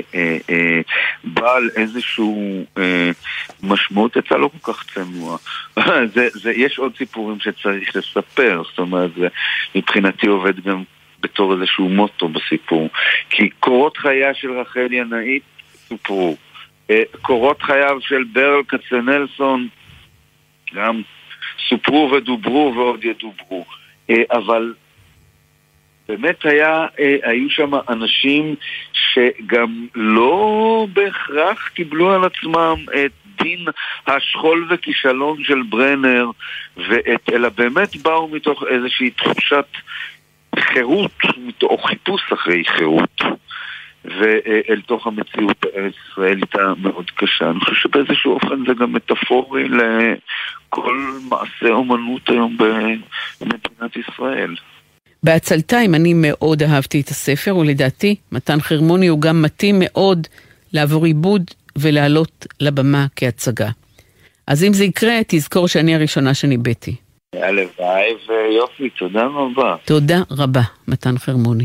בעל איזשהו משמעות, יצא לא כל כך צנוע. יש עוד סיפורים שצריך לספר, זאת אומרת, זה מבחינתי עובד גם בתור איזשהו מוטו בסיפור. כי קורות חייה של רחל ינאית סופרו. קורות חייו של ברל כצנלסון גם סופרו ודוברו ועוד ידוברו. אבל באמת היו שם אנשים שגם לא בהכרח קיבלו על עצמם את דין השכול וכישלון של ברנר, אלא באמת באו מתוך איזושהי תחושת חירות, מתוך חיפוש אחרי חירות, ואל תוך המציאות הישראלית המאוד קשה. אני חושב שבאיזשהו אופן זה גם מטאפורי לכל מעשה אומנות היום במדינת ישראל. בעצלתיים אני מאוד אהבתי את הספר, ולדעתי מתן חרמוני הוא גם מתאים מאוד לעבור עיבוד ולעלות לבמה כהצגה. אז אם זה יקרה, תזכור שאני הראשונה שניבאתי. הלוואי ויופי, תודה רבה. תודה רבה, מתן חרמוני.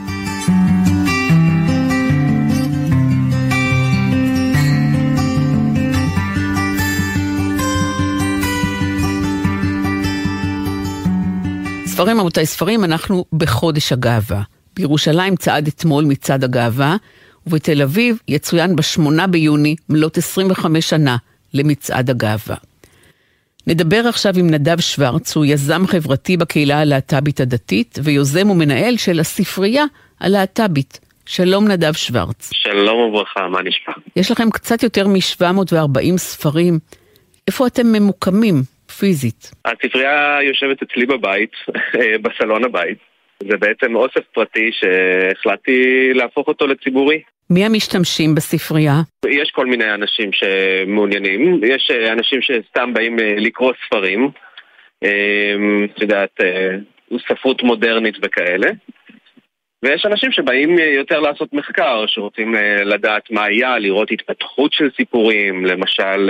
ספרים, רבותיי, ספרים, אנחנו בחודש הגאווה. בירושלים צעד אתמול מצעד הגאווה, ובתל אביב יצוין ב8 ביוני מלאת 25 שנה למצעד הגאווה. נדבר עכשיו עם נדב שוורץ, הוא יזם חברתי בקהילה הלהט"בית הדתית, ויוזם ומנהל של הספרייה הלהט"בית. שלום נדב שוורץ. שלום וברכה, מה נשמע? יש לכם קצת יותר מ-740 ספרים. איפה אתם ממוקמים פיזית? הספרייה יושבת אצלי בבית, בסלון הבית. זה בעצם אוסף פרטי שהחלטתי להפוך אותו לציבורי. מי המשתמשים בספרייה? יש כל מיני אנשים שמעוניינים. יש אנשים שסתם באים לקרוא ספרים. את יודעת, ספרות מודרנית וכאלה. ויש אנשים שבאים יותר לעשות מחקר, שרוצים לדעת מה היה, לראות התפתחות של סיפורים, למשל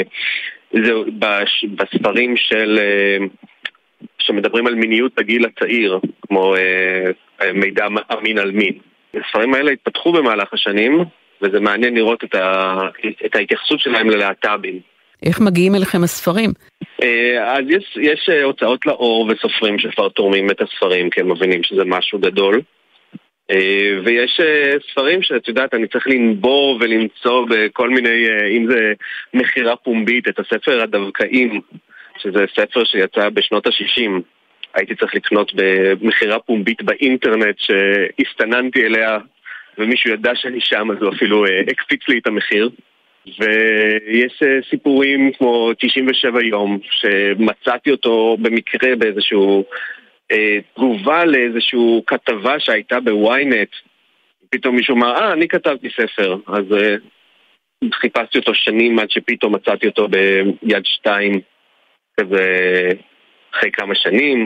בספרים שמדברים על מיניות בגיל הצעיר, כמו מידע אמין על מין. הספרים האלה התפתחו במהלך השנים, וזה מעניין לראות את ההתייחסות שלהם ללהט"בים. איך מגיעים אליכם הספרים? אז יש הוצאות לאור וסופרים שכבר תורמים את הספרים, כי הם מבינים שזה משהו גדול. ויש ספרים שאת יודעת, אני צריך לנבור ולמצוא בכל מיני, אם זה מחירה פומבית, את הספר הדווקאים, שזה ספר שיצא בשנות ה-60. הייתי צריך לקנות במחירה פומבית באינטרנט שהסתננתי אליה, ומישהו ידע שאני שם, אז הוא אפילו הקפיץ לי את המחיר. ויש סיפורים כמו 97 יום, שמצאתי אותו במקרה באיזשהו תגובה לאיזשהו כתבה שהייתה בוויינט. פתאום מישהו אמר, אני כתבתי ספר. אז חיפשתי אותו שנים עד שפתאום מצאתי אותו ביד 2, כזה אחרי כמה שנים.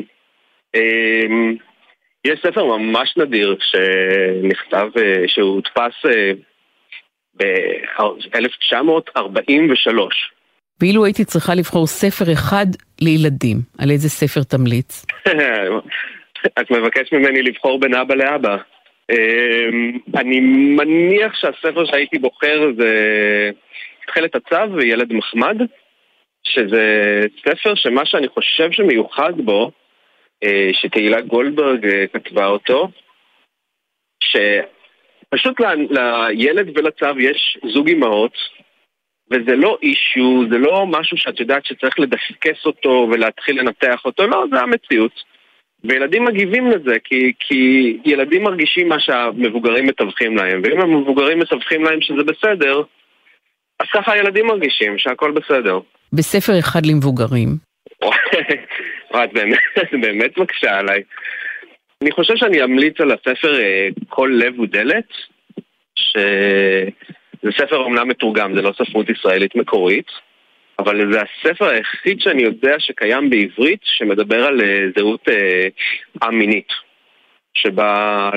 יש ספר ממש נדיר שנכתב, שהוא הודפס ב-1943. ואילו הייתי צריכה לבחור ספר אחד לילדים, על איזה ספר תמליץ? את מבקש ממני לבחור בין אבא לאבא. אני מניח שהספר שהייתי בוחר זה תחילת הצו וילד מחמד, שזה ספר שמה שאני חושב שמיוחד בו, שתהילה גולדברג כתבה אותו, שפשוט לילד ולצו יש זוג אמהות, וזה לא אישו, זה לא משהו שאת יודעת שצריך לדסקס אותו ולהתחיל לנתח אותו, לא, זה המציאות. וילדים מגיבים לזה, כי ילדים מרגישים מה שהמבוגרים מתווכים להם, ואם המבוגרים מתווכים להם שזה בסדר, אז ככה הילדים מרגישים שהכל בסדר. בספר אחד למבוגרים. את באמת מקשה עליי. אני חושב שאני אמליץ על הספר כל לב ודלת, שזה ספר אומנם מתורגם, זה לא ספרות ישראלית מקורית, אבל זה הספר היחיד שאני יודע שקיים בעברית, שמדבר על זהות א-מינית, שבה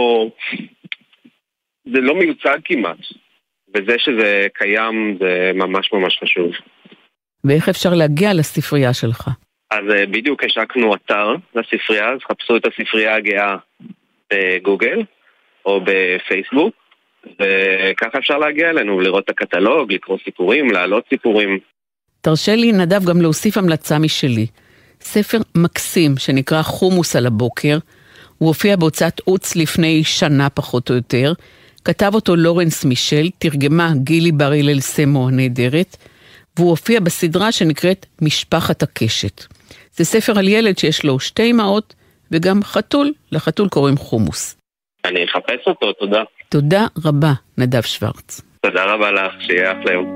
זה לא מיוצג כמעט, וזה שזה קיים זה ממש ממש חשוב. ואיך אפשר להגיע לספרייה שלך? אז בדיוק השקנו אתר לספרייה, אז חפשו את הספרייה הגאה בגוגל או בפייסבוק, וככה אפשר להגיע אלינו, לראות את הקטלוג, לקרוא סיפורים, להעלות סיפורים. תרשה לי נדב גם להוסיף המלצה משלי. ספר מקסים שנקרא חומוס על הבוקר, הוא הופיע בהוצאת עוץ לפני שנה פחות או יותר, כתב אותו לורנס מישל, תרגמה גילי בר הלל סמו הנהדרת, והוא הופיע בסדרה שנקראת משפחת הקשת. זה ספר על ילד שיש לו 2 אמהות וגם חתול, לחתול קוראים חומוס. אני אחפש אותו, תודה. תודה רבה, נדב שוורץ. תודה רבה לך, שיהיה אחלה יום.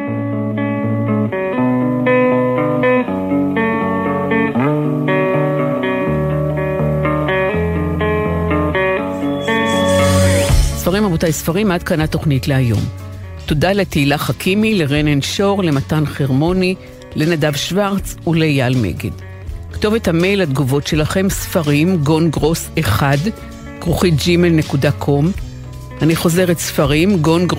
ספרים רבותיי, ספרים, עד כאן התוכנית להיום. תודה לתהילה חכימי, לרנן שור, למתן חרמוני, לנדב שוורץ ולאייל מגד. כתובת המייל התגובות שלכם, ספרים, gongros1@gmail.com. אני חוזרת, ספרים,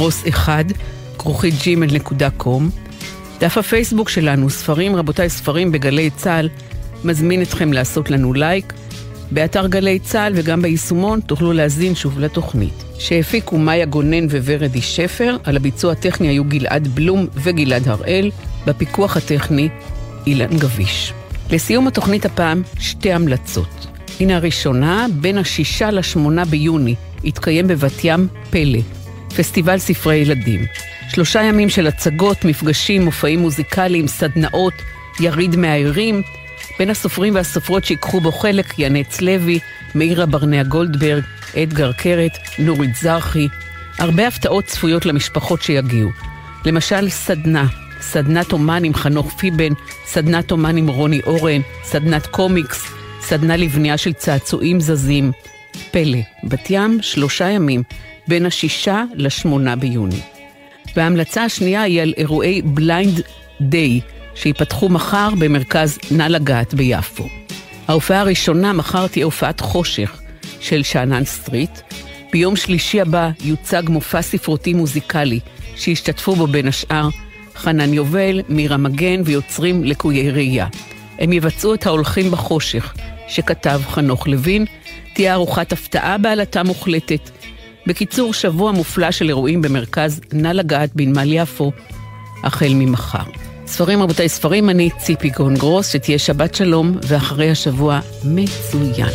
gongros1@gmail.com. דף הפייסבוק שלנו, ספרים רבותיי, ספרים בגלי צהל, מזמין אתכם לעשות לנו לייק. באתר גלי צהל וגם ביישומון תוכלו להזין שוב לתוכנית. שהפיקו מאיה גונן וורדי שפר, על הביצוע הטכני היו גלעד בלום וגלעד הראל, בפיקוח הטכני אילן גביש. לסיום התוכנית הפעם 2 המלצות. הנה הראשונה, בין 6 ל-8 ביוני התקיים בבת ים פלא, פסטיבל ספרי ילדים. 3 ימים של הצגות, מפגשים, מופעים מוזיקליים, סדנאות, יריד מהעירים. בין הסופרים והסופרות שיקחו בו חלק, ינץ לוי, מאירה ברנע גולדברג, אדגר קרת, נורית זרחי. הרבה הפתעות צפויות למשפחות שיגיעו. למשל סדנת אומן עם חנוך פיבן, סדנת אומן עם רוני אורן, סדנת קומיקס, סדנה לבנייה של צעצועים זזים. פלא, בת ים, 3 ימים, בין 6 ל-8 ביוני. וההמלצה השנייה היא על אירועי בליינד דיי, שיפתחו מחר במרכז נא לגעת ביפו. ההופעה הראשונה מחר תהיה הופעת חושך של שאנן סטריט. ביום שלישי הבא יוצג מופע ספרותי מוזיקלי שהשתתפו בו בין השאר חנן יובל, מירה מגן ויוצרים לקויי ראייה. הם יבצעו את ההולכים בחושך שכתב חנוך לוין. תהיה ארוחת הפתעה בעלתה מוחלטת. בקיצור, שבוע מופלא של אירועים במרכז נא לגעת בנמל יפו החל ממחר. ספרים רבותיי, ספרים, אני ציפי גונגרוס, שתהיה שבת שלום ואחרי השבוע מצוין.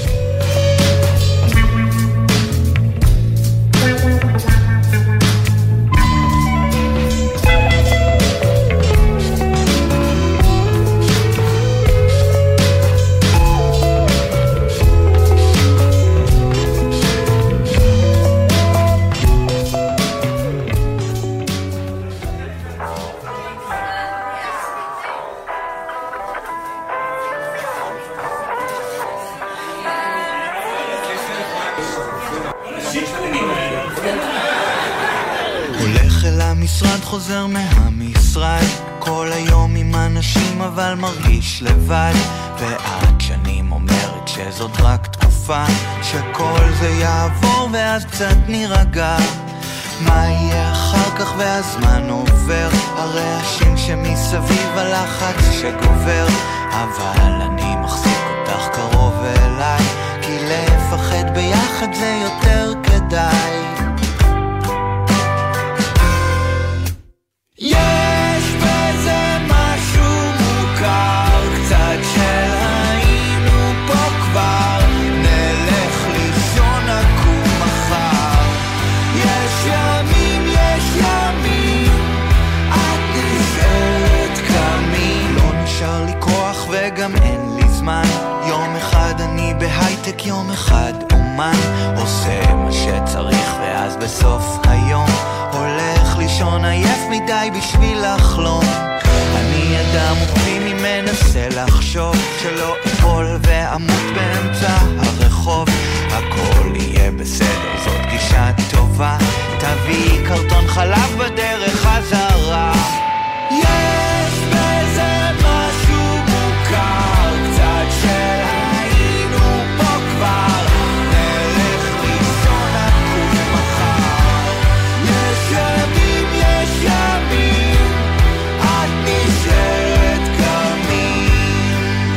חוזר מהמשרד כל היום עם אנשים אבל מרגיש לבד, ועד שנים אומרת שזאת רק תקופה, שכל זה יעבור ואז קצת נירגע. מה יהיה אחר כך והזמן עובר, הרעשים שמסביב, הלחץ שגובר, אבל אני מחזיק אותך קרוב אליי, כי לפחד ביחד זה יותר כדאי. יש בזה משהו מוכר קצת של היינו פה כבר, נלך לישון נקום מחר. יש ימים את נשארת קמים, לא נשאר לי כוח וגם אין לי זמן. יום אחד אני בהייטק, יום אחד אומן, עושה מה שצריך ואז בסוף היום הולך לישון עייף מדי בשביל לחלום. אני אדם אופטימי מנסה לחשוב שלא אפול ואמות באמצע הרחוב. הכל יהיה בסדר, זאת גישה טובה, תביא קרטון חלב בדרך חזרה. יש בזה משהו מוכר קצת של היינו פה כבר, נלך לישון נקום מחר. יש ימים את נשארת קמים.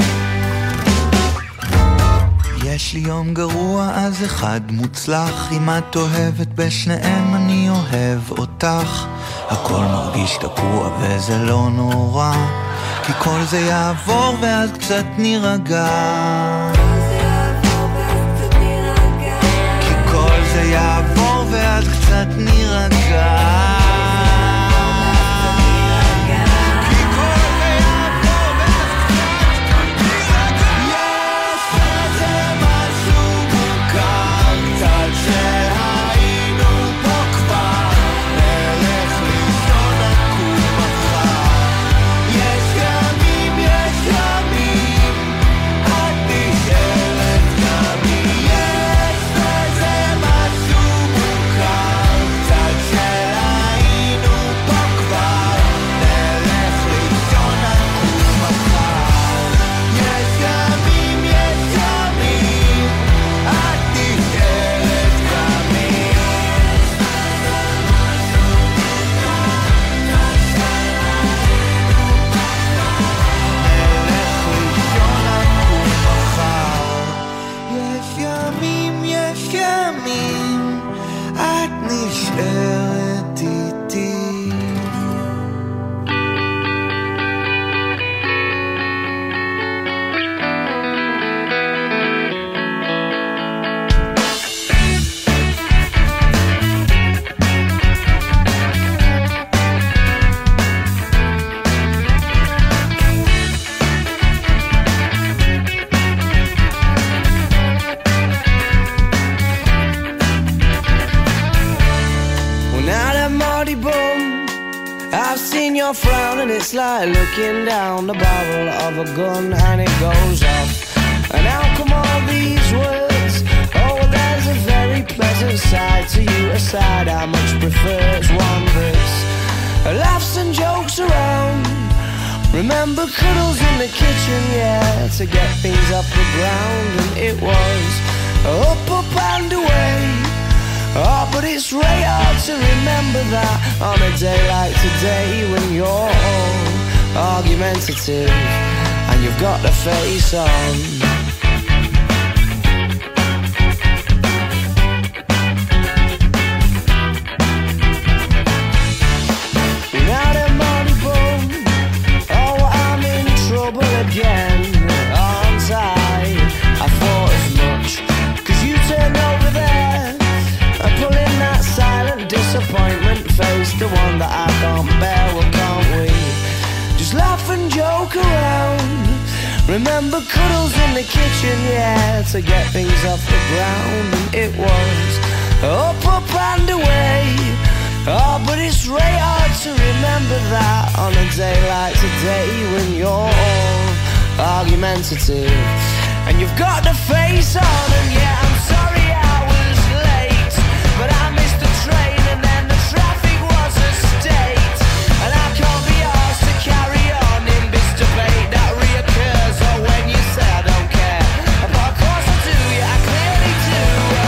יש לי יום גרוע אז אחד מוצלח, אם את אוהבת בשניהם אני אוהב אותך. הכל מרגיש תקוע וזה לא נורא, כי כל זה יעבור ואז קצת נירגע. כי כל זה יעבור ואז קצת נירגע. כי I frown and it's like looking down the barrel of a gun and it goes off. And how come all these words? Oh, there's a very pleasant side to you, a side I much prefer. It's one verse, laughs and jokes around. Remember cuddles in the kitchen, yeah, to get things off the ground. And it was up, up and away. Oh, but it's really hard to remember that on a day like today, when you're all argumentative and you've got the face on. Without a money bone, oh, I'm in trouble again. Aren't I thought as much, 'cause you turned over there and pulling that silent disappointment face, the one that I can't bear. Well, can't we just laugh and joke around? Remember cuddles in the kitchen, yeah, to get things off the ground. And it was up, up and away. Oh, but it's really hard to remember that on a day like today, when you're all argumentative and you've got the face on. And yeah, I'm sorry I was late, but I missed the train and then the traffic was a state. And I can't be asked to carry on in this debate that reoccurs. Or when you say I don't care, but of course I do, yeah, I clearly do.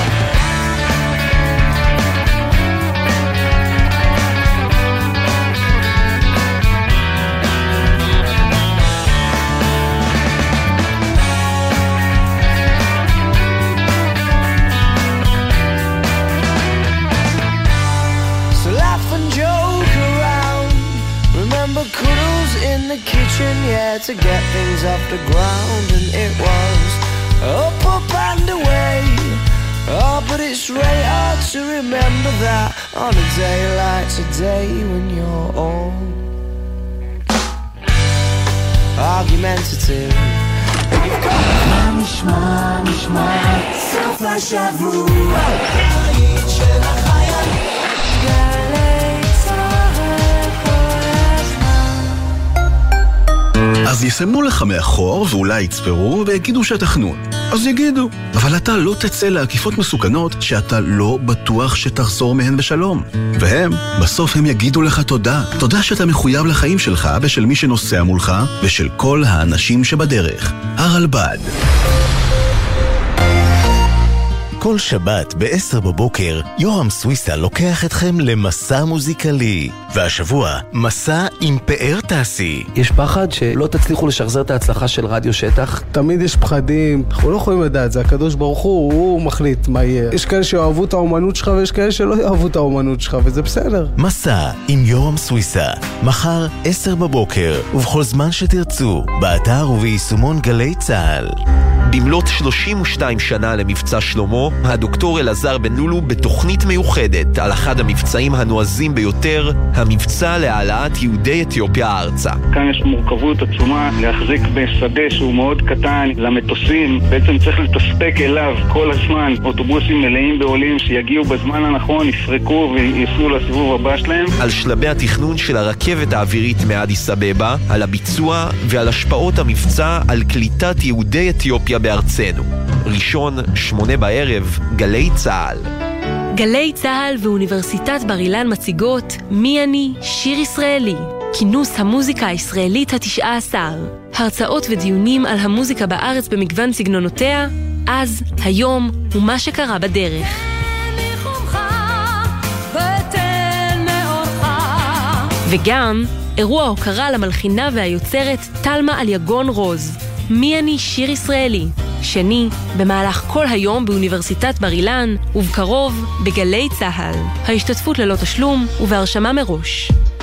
Cuddles in the kitchen, yeah, to get things off the ground. And it was up, up and away. Oh, but it's really hard to remember that on a day like today, when you're all argumentative. נשמע, נשמע, סוף השבוע, היית של החייל, גלי צהר כל הזמן. אז יסמנו לך מאחור ואולי יצפרו ויגידו שתכנון. אז יגידו, אבל אתה לא תצא לעקיפות מסוכנות שאתה לא בטוח שתחזור מהן בשלום. והם, בסוף הם יגידו לך תודה. תודה שאתה מחויב לחיים שלך ושל מי שנוסע מולך ושל כל האנשים שבדרך. הרלב"ד. כל שבת ב-10 בבוקר, יורם סוויסה לוקח אתכם למסע מוזיקלי. והשבוע, מסע עם פאר טסי. יש פחד שלא תצליחו לשחזר את ההצלחה של רדיו שטח? תמיד יש פחדים, אנחנו לא יכולים לדעת, זה הקדוש ברוך הוא מחליט מה יהיה. יש כאלה שאוהבו את האומנות שלך ויש כאלה שלא אוהבו את האומנות שלך, וזה בסדר. מסע עם יורם סוויסה, מחר 10 בבוקר, ובכל זמן שתרצו, באתר וביישומון גלי צהל. במלאת 32 שנה למבצע שלמה, הדוקטור אלעזר בן לולו בתוכנית מיוחדת על אחד המבצעים הנועזים ביותר, המבצע להעלאת יהודי אתיופיה ארצה. כאן יש מורכבות עצומה להחזיק בשדה שהוא מאוד קטן למטוסים, בעצם צריך לתספק אליו כל הזמן אוטובוסים מלאים בעולים שיגיעו בזמן הנכון, יפרקו ויסעו לסיבוב הבא שלהם. על שלבי התכנון של הרכבת האווירית מאדיס אבבה, על הביצוע ועל השפעות המבצע על קליטת יהודי אתיופיה בארצנו. ראשון, 8 בערב, גלי צהל. גלי צהל ואוניברסיטת בר אילן מציגות מי אני שיר ישראלי, כינוס המוזיקה הישראלית ה-19. הרצאות ודיונים על המוזיקה בארץ במגוון סגנונותיה, אז, היום ומה שקרה בדרך. וגם אירוע הוקרה למלחינה והיוצרת תלמה אליגון רוז. מי אני שיר ישראלי, שני במהלך כל היום באוניברסיטת בר אילן ובקרוב בגלי צהל. ההשתתפות ללא תשלום ובהרשמה מראש.